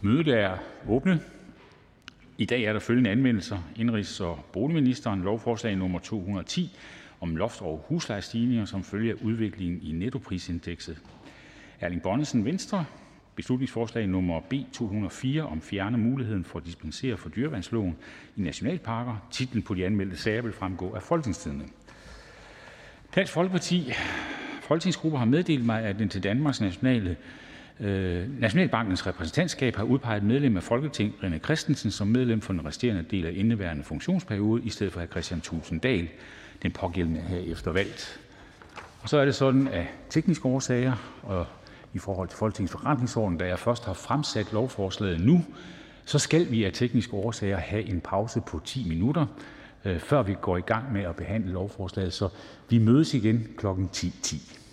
Mødet er åbnet. I dag er der følgende anmeldelser: Indenrigs- og boligministeren lovforslag nummer 210 om loft over huslejestigninger som følge af udviklingen i nettoprisindekset. Erling Bonnesen (Venstre): Beslutningsforslag nummer B 204 om fjerne muligheden for at dispensere fra dyreværnsloven i nationalparker. Titlen på de anmeldte sager vil fremgå af Folketingstidende. Dansk Folkeparti folketingsgruppe har meddelt mig, at den til Danmarks Nationalbankens repræsentantskab har udpeget medlem af Folketinget René Christensen som medlem for den resterende del af indeværende funktionsperiode i stedet for Kristian Thulesen Dahl. Den pågældende er herefter valgt. Og så er det sådan, at tekniske årsager og i forhold til Folketingets forretningsorden, da jeg først har fremsat lovforslaget nu, så skal vi af tekniske årsager have en pause på 10 minutter, før vi går i gang med at behandle lovforslaget. Så vi mødes igen kl. 10.10.